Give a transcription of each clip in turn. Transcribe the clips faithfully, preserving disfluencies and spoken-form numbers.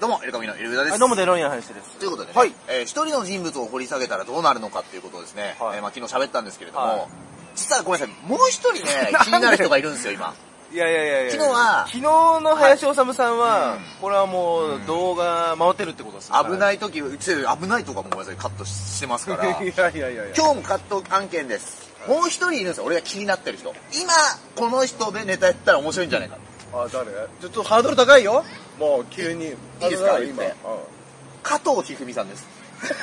どうも、エルカミのエルウダです。 はい、どうもデロイン林です。 ということでね、 はい、 えー、一人の人物を掘り下げたらどうなるのかっていうことをですね、はい、えー、まあ昨日喋ったんですけれども、はい、実はごめんなさい、もう一人ね、気になる人がいるんですよ、今。 いやいやいやいや昨日は、 昨日の林修さんは、 はい、 これはもう動画回ってるってことですね。 危ない時、危ないとかもごめんなさい、カットしてますから。いやいやいやいや。 今日もカット案件です。はい、もう一人いるんですよ、俺が気になってる人。今、この人でネタやったら面白いんじゃないか。 あ、誰？ちょっとハードル高いよ。もう急に。いいですか、言って。加藤一二三さんです。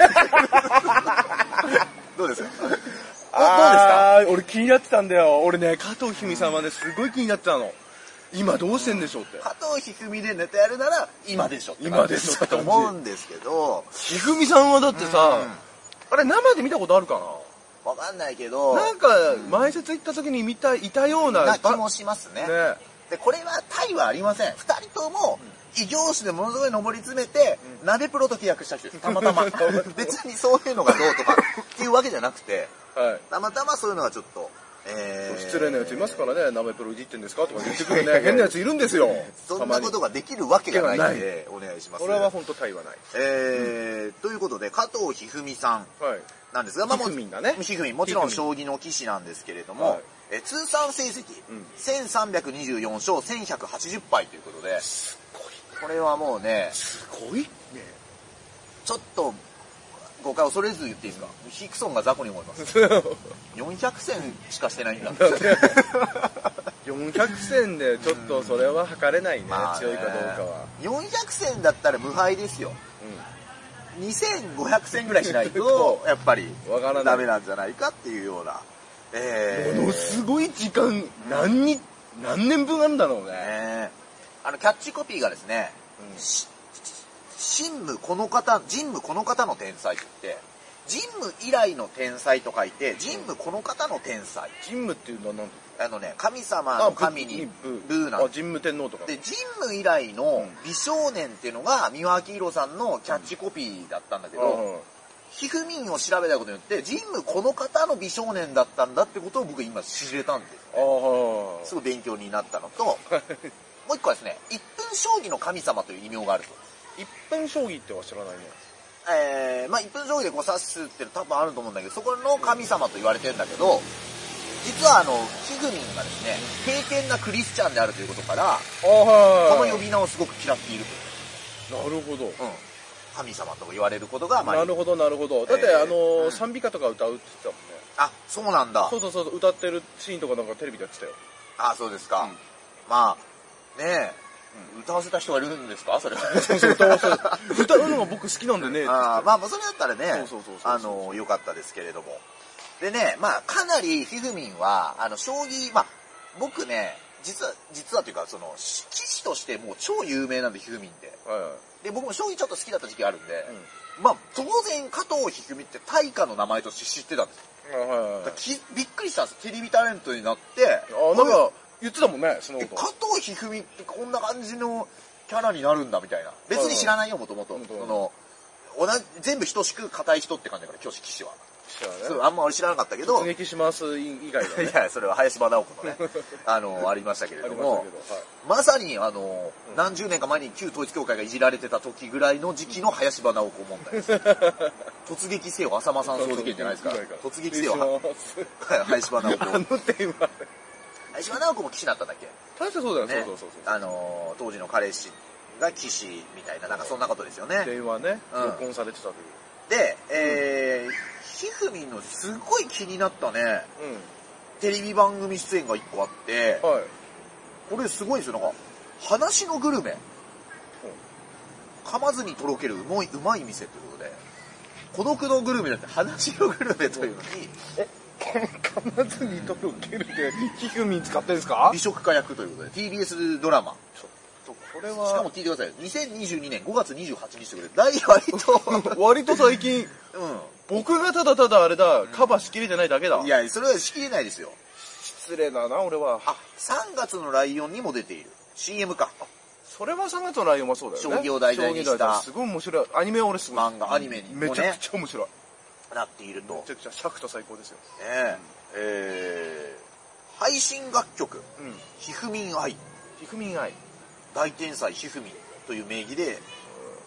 どうですか？どうですか？ 俺気になってたんだよ。俺ね、加藤一二三さんはね、すごい気になってたの。今どうしてんでしょうって。 加藤一二三でネタやるなら、今でしょって。 今でしょって思うんですけど。 一二三さんはだってさ、あれ生で見たことあるかな？ わかんないけど。 なんか、前説行った時に見た、いたような。 な気もしますね。ね。で、これはタイはありません。二人とも、異業種でものすごい上り詰めて、うん、鍋プロと契約した人です。たまたま。別にそういうのがどうとかっていうわけじゃなくて、はい、たまたまそういうのがちょっと、えー、失礼なやついますからね、鍋プロいじってんですかとか言ってくるね、変なやついるんですよ。 そんなことができるわけがないんで、お願いします。 これは本当タイはない。 えー、うん、ということで、加藤一二三さんなんですが、はい、まあもう、ひふみんだね。ひふみん、もちろん将棋の棋士なんですけれども、はい、え通算成績、うん、せんさんびゃくにじゅうよん勝せんひゃくはちじゅっ敗ということで、すごい。これはもうね、 すごいね。 ちょっと、誤解を恐れず言っていいですか、ヒクソンが雑魚に思います。よんひゃく戦しかしてないんだ。 よんひゃく戦でちょっとそれは測れないね、まあ、ね強いかどうかは。 よんひゃく戦だったら無敗ですよ。うん、にせんごひゃく戦ぐらいしないと、やっぱりダメなんじゃないかっていうような。 えー、ものすごい時間、何に、何年分あるんだろうね。 ね、あの、キャッチコピーがですね、うん、神武この方、神武この方の天才って言って、神武以来の天才と書いて、神武この方の天才。 神武っていうのは何てあのね、神様の神にブーなんです。神武天皇とか。 で、神武以来の美少年っていうのが、三輪明宏さんのキャッチコピーだったんだけど、うん、ひふみんを調べたことによって、神武この方の美少年だったんだってことを僕今知れたんですね。すごい勉強になったのと、もう一個はですね、一分将棋の神様という異名があると。 一分将棋っては知らないね。 えー、まあ一分将棋でこう指すって多分あると思うんだけど、そこの神様と言われてるんだけど、実はあの、ひふみんがですね、敬虔なクリスチャンであるということから、この呼び名をすごく嫌っていると。なるほど。うん。 神様と言われることが、 まあ、なるほどなるほど。だって、えー、あのーうん、賛美歌とか歌うって言ってたもんね。 あ、そうなんだ。 そうそうそう、歌ってるシーンとかなんかテレビでやってたよ。 あ、そうですか。うん、まあ、ねえ。歌わせた人がいるんですかそれは。 そうそう、歌わせ歌うのが僕好きなんでね。 あまあ、それだったらね、あの、良かったですけれども。でね、まあ、かなりひふみんは、あの、将棋、まあ、僕ね、実は、実はというか、その、棋士としてもう超有名なんで、ひふみんって。はいはい、で、僕も将棋ちょっと好きだった時期あるんで、うん、まあ、当然、加藤一二三って大化の名前として知ってたんですよ。はいはいはい、きびっくりしたんです。テレビタレントになって、 あ、なんか、言ってたもんね、そのこと。 加藤一二三ってこんな感じのキャラになるんだみたいな。別に知らないよ、もともと。その、同じ、全部等しく硬い人って感じだから、教師騎士は。そう、あんま俺知らなかったけど。 突撃します以外はね。 いや、それは林場直子のね、あの、ありましたけれども、はい、まさに、あの、うん、何十年か前に旧統一教会がいじられてた時ぐらいの時期の林場直子問題です。突撃せよ、浅間山荘事件じゃないですか。突撃せよ、林場直子。 あの点は。 林場直子も騎士だったんだっけ？ 確かそうだよね。そうそうそうそう。 あの、当時の彼氏が騎士みたいな、なんかそんなことですよね。 電話ね、うん、録音されてたという。 で、えー、ひふみんのすごい気になったね、うん、テレビ番組出演が一個あって、はい、これすごいですよ、なんか、話のグルメ。うん、噛まずにとろけるうまい、うまい店ということで、孤独のグルメだって話のグルメというのに、 え噛まずにとろけるってひふみん使ってるんですか？ 美食家役ということで ティービーエス ドラマ。 ちょっとこれはしかも聞いてください。にせんにじゅうにねんごがつにじゅうはちにちということで、大割と割と最近、うん、僕がただただあれだ、カバーしきれてないだけだ。 いや、それはしきれないですよ。 失礼だな、俺は。 あ、さんがつのライオンにも出ている シーエム か。 それはさんがつのライオンはそうだよね。 将棋を題材にしたすごい面白い。アニメは俺すごい漫画、アニメにもね、 めちゃくちゃ面白いなっていると。 めちゃくちゃ尺と最高ですよ。 ねえ、えー、配信楽曲、うん、ひふみん愛。 ひふみん愛。 大天才ひふみんという名義で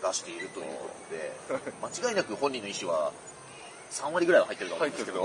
出しているということで、間違いなく本人の意思はさんわりぐらいは入ってると思うんですけど。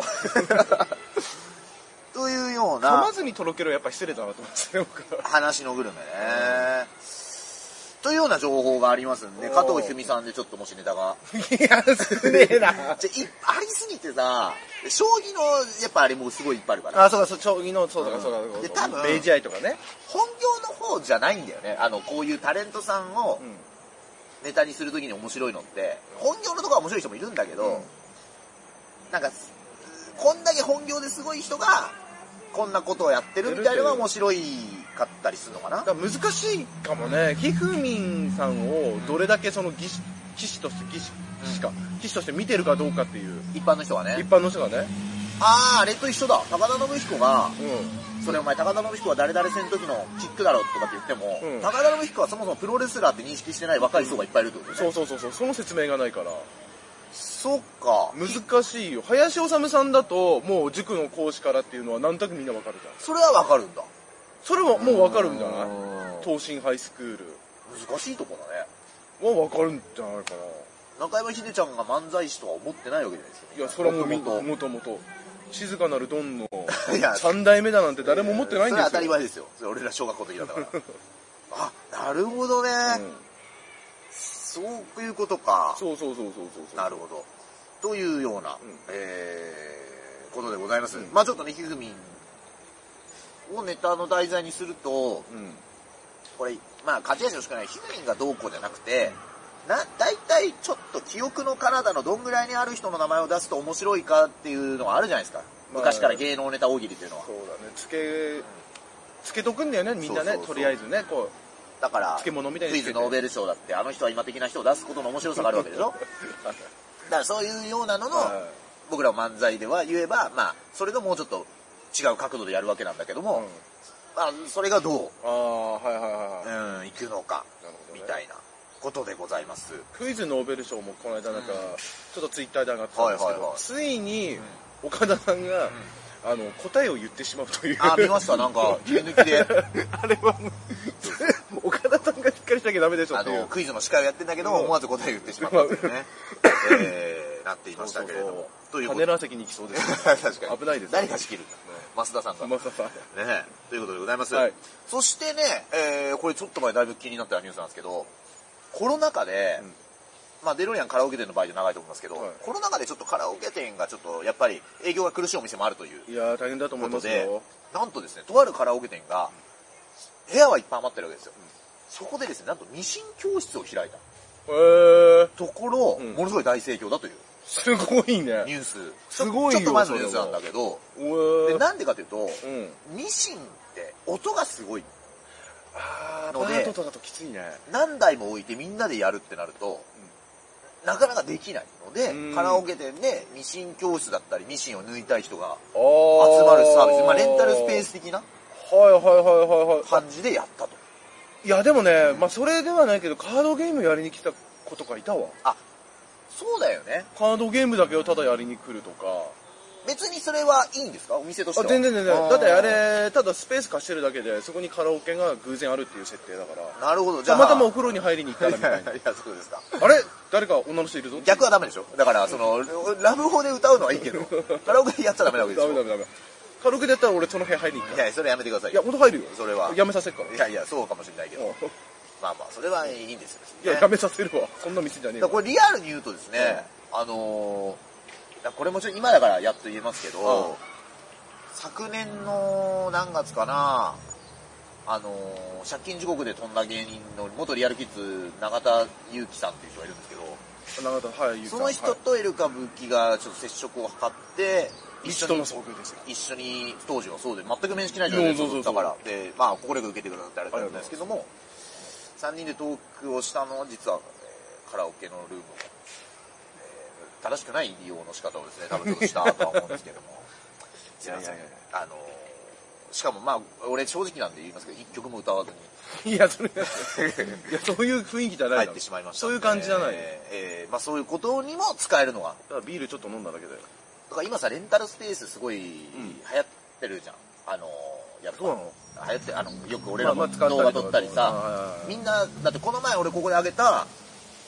というような。 噛まずにとろけるやっぱ失礼だなと思ってね、僕は。 話のグルメね。というような情報がありますんで、加藤ひふみさんでちょっともしネタが。 いや、すねえな。じゃありすぎてさ、将棋の、やっぱあれもすごいいっぱいあるから。 あ、そうか、そう、将棋の、そうだか、そうか、 で、多分、 明治愛とかね。 本業の方じゃないんだよね。あの、こういうタレントさんをネタにするときに面白いのって、本業のとこは面白い人もいるんだけど、うん、なんか、こんだけ本業ですごい人が、こんなことをやってるみたいなのが面白いかったりするのかな。 だから難しいかもね。ひふみんさんをどれだけその棋士、棋士として、棋士、棋士か、棋士として見てるかどうかっていう。 一般の人はね。 一般の人がね。 あー、あれと一緒だ。高田信彦が、うん、それお前高田信彦は誰々戦の時のキックだろとかって言っても、うん、高田信彦はそもそもプロレスラーって認識してない若い層がいっぱいいるってことね。 そうそうそうそう、その説明がないから。 そっか。 難しいよ。林修さんだと、もう塾の講師からっていうのは何となくみんなわかるじゃん。 それはわかるんだ。 それはもうわかるんじゃない？東進ハイスクール。 難しいとこだね。 もうわかるんじゃないかな。 中山秀ちゃんが漫才師とは思ってないわけじゃないですか。 いや、それはもうみんな、もともと。静かなるドンの三代目だなんて誰も思ってないんですよ。それは当たり前ですよ。それ俺ら小学校の時だったから。あ、なるほどね。うんそういうことか。 そうそうそうそうそう。 なるほど。というような、うん、えー、ことでございます。うん、まあちょっとね、ひふみんをネタの題材にすると、うん、これ、まあ勝ち味のしかないひふみんがどうこうじゃなくて、な、大体ちょっと記憶の体のどんぐらいにある人の名前を出すと面白いかっていうのがあるじゃないですか。まあ、昔から芸能ネタ大喜利っていうのは。 そうだね。つけ、つけとくんだよね、みんなね。そうそうそうとりあえずね、こう。 だから、 漬物みたいにクイズノーベル賞だって、あの人は今的な人を出すことの面白さがあるわけでしょだからそういうようなのの、僕ら漫才では言えば、まあ、それともうちょっと違う角度でやるわけなんだけども、うん、まあ、それがどう、 ああ、はいはいはい。 うん、いくのか、ね、みたいなことでございます。 クイズノーベル賞もこの間なんか、うん、ちょっとツイッターで上がってたんですけど、はいはいはい、ついに、岡田さんが、うんあの、答えを言ってしまうという。 あ、見ました。なんか、切り抜きで。 あれはもう、岡田さんがしっかりしなきゃダメでしょっていう。 あの、クイズの司会をやってんだけど、思わず答えを言ってしまったっていうね。えー、なっていましたけれども。 ということで。パネラー席に行きそうです。 確かに。 危ないです。 誰が仕切るんだ。増田さんが。 増田さん。 ねということでございます。はい。そしてね、えー、これちょっと前だいぶ気になったニュースなんですけど、コロナ禍で、うんまあデロリアンカラオケ店の場合で長いと思いますけど、はい、コロナ禍でちょっとカラオケ店がちょっとやっぱり営業が苦しいお店もあるという。 いやー大変だと思いますよ。 なんとですね、とあるカラオケ店が、部屋はいっぱい余ってるわけですよ。うん、そこでですね、なんとミシン教室を開いた。 へー。 ところ、うん、ものすごい大盛況だという。 すごいね。 ニュース。 すごいよ。 ちょっと前のニュースなんだけど、でなんでかというと、うん、ミシンって音がすごい。 あー、ので、バートとだときついね。 何台も置いてみんなでやるってなると、なかなかできないので、カラオケ店でミシン教室だったり、ミシンを抜いたい人が集まるサービス、まあレンタルスペース的なはいはいはいはいはい感じでやったと。 いやでもね、うん、まあそれではないけど、カードゲームやりに来た子とかいたわ。 あ、そうだよね。 カードゲームだけをただやりに来るとか。 別にそれはいいんですかお店としては。 あ全然全然。だってあれ、ただスペース貸してるだけで、そこにカラオケが偶然あるっていう設定だから。 なるほど。 じゃあ。たまたまお風呂に入りに行ったらみたいな。 いや、いやそうですか。 あれ誰か女の人いるぞ逆はダメでしょだから、その、ラブホで歌うのはいいけど、カラオケでやっちゃダメなわけですよ。 ダメダメダメ。カラオケでやったら俺その部屋入りに行くから。 いや、それやめてください。 いや、本当入るよ。 それは。 やめさせるから。 いやいや、そうかもしれないけど。まあまあ、それはいいんですよ。 いや、やめさせるわ。そんな店じゃねえわ。 これリアルに言うとですね、あの、これもちろん今だからやっと言えますけど、昨年の何月かな、あのー、借金地獄で飛んだ芸人の元リアルキッズ永田祐樹さんっていう人がいるんですけど、 永田、はい、 その人とエル歌舞伎がちょっと接触を図って一緒に一緒に当時はそうで全く面識ない状態で撮ったからで、まあ快く受けてくださってあれだったんですけども、さんにんでトークをしたのは実は、えー、カラオケのルームの、えー、正しくない利用の仕方をですね多分ちょっとしたとは思うんですけどもすいません、あのしかもまあ俺正直なんで言いますけど一曲も歌わずにいやそれいやそういう雰囲気じゃない入ってしまいました、 そういう感じじゃない、 えーまあ、そういうことにも使えるのはだからビールちょっと飲んだだけでだから今さレンタルスペースすごい流行ってるじゃん、あのやっぱそうなの流行ってあのよく俺らも動画撮ったりさ、みんなだってこの前俺ここであげた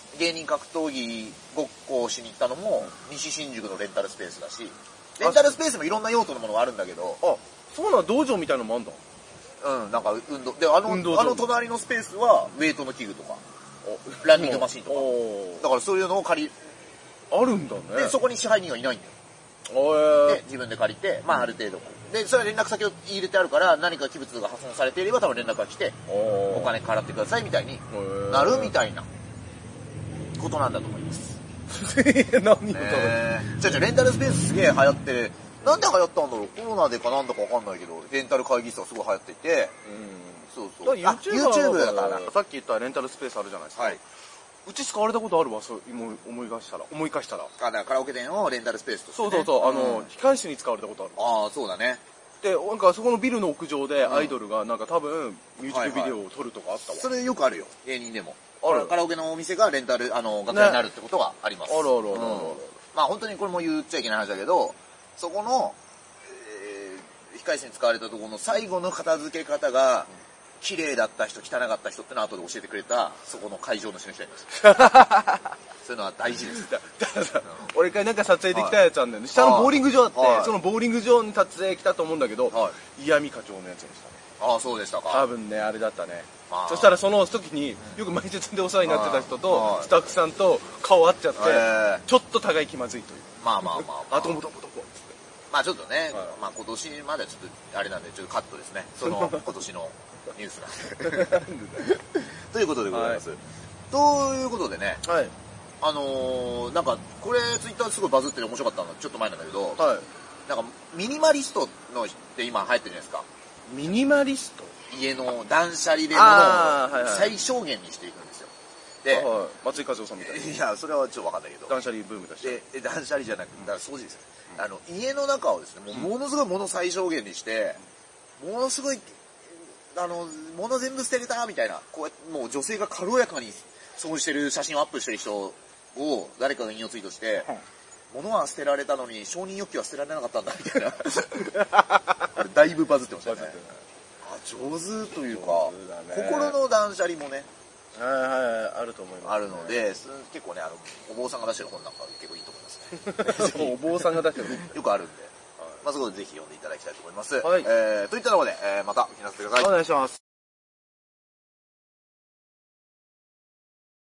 芸人格闘技ごっこをしに行ったのも、西新宿のレンタルスペースだし、レンタルスペースもいろんな用途のものがあるんだけど、 あ、そうなん、道場みたいなのもあんだ。 うん、なんか運動、で、あの、あの隣のスペースは、ウェイトの器具とか、ランニングマシンとか、だからそういうのを借り、 あるんだね。 で、そこに支配人はいないんだよ。で、自分で借りて、まあある程度こう。で、それは連絡先を入れてあるから、何か器物が破損されていれば多分連絡が来て、お金払ってくださいみたいになるみたいなことなんだと思います。 何を食べてじゃあじゃあレンタルスペースすげえ流行って、なんで流行ったんだろう、コロナでかなんだかわかんないけど、レンタル会議室がすごい流行っていて、うん、そうそう。 あ、 YouTube だから。 さっき言ったレンタルスペースあるじゃないですか。はい。うち使われたことあるわ、そう思い出したら。思い返したら。 あ、だからカラオケ店をレンタルスペースとして、ね。 そうそうそう、あの、控室に使われたことある。 ああ、そうだね。 で、なんかそこのビルの屋上でアイドルがなんか多分ミュージックビデオを撮るとかあったわ。 それよくあるよ、芸人でも。ある。カラオケのお店がレンタル、あの、楽屋になるってことがあります。 あるあるあるある。 まあ本当にこれも言っちゃいけない話だけど、そこの、えー、控室に使われたところの最後の片付け方が、綺麗だった人、汚かった人ってのは後で教えてくれた、そこの会場の人に人います。そういうのは大事です。 だからさ、俺一回なんか撮影できたやつあんだよね。下のボーリング場だって、そのボーリング場に撮影来たと思うんだけど、嫌味課長のやつでしたね。 ああ、そうでしたか。 多分ね、あれだったね。そしたらその時に、よく前説でお世話になってた人と、スタッフさんと顔合っちゃって、ちょっと互い気まずいという。 まあまあまあ。 あ、どうもどうもどうも。 まあちょっとね、まあ今年までちょっと、あれなんで、ちょっとカットですね。その、今年のニュースなんで。ということでございます。ということでね、あのー、なんか、これツイッターですごいバズって面白かったのちょっと前なんだけど、なんか、ミニマリストのって今流行ってるじゃないですか。 ミニマリスト家の断捨離で物を最小限にしていくんですよ。で、 松井和夫さんみたいな。 いや、それはちょっとわかんないけど。 断捨離ブームだし。 で、断捨離じゃなくて、だから掃除ですよ。あの、家の中をですね、もうものすごい物最小限にして、ものすごい、あの、物全部捨てれたみたいな、こうやってもう女性が軽やかに掃除してる写真をアップしてる人を誰かが引用ツイートして、物は捨てられたのに承認欲求は捨てられなかったんだみたいな。あれだいぶバズってましたね。あ、上手というか、心の断捨離もね、 はいはい、あると思います。 あるので、結構ね、あの、お坊さんが出してる本なんか結構いいと思いますね。 お坊さんが出してるよくあるんで、まあそこでぜひ読んでいただきたいと思います。はい。えー、といったところで、えー、またお聞きなさってください。 お願いします。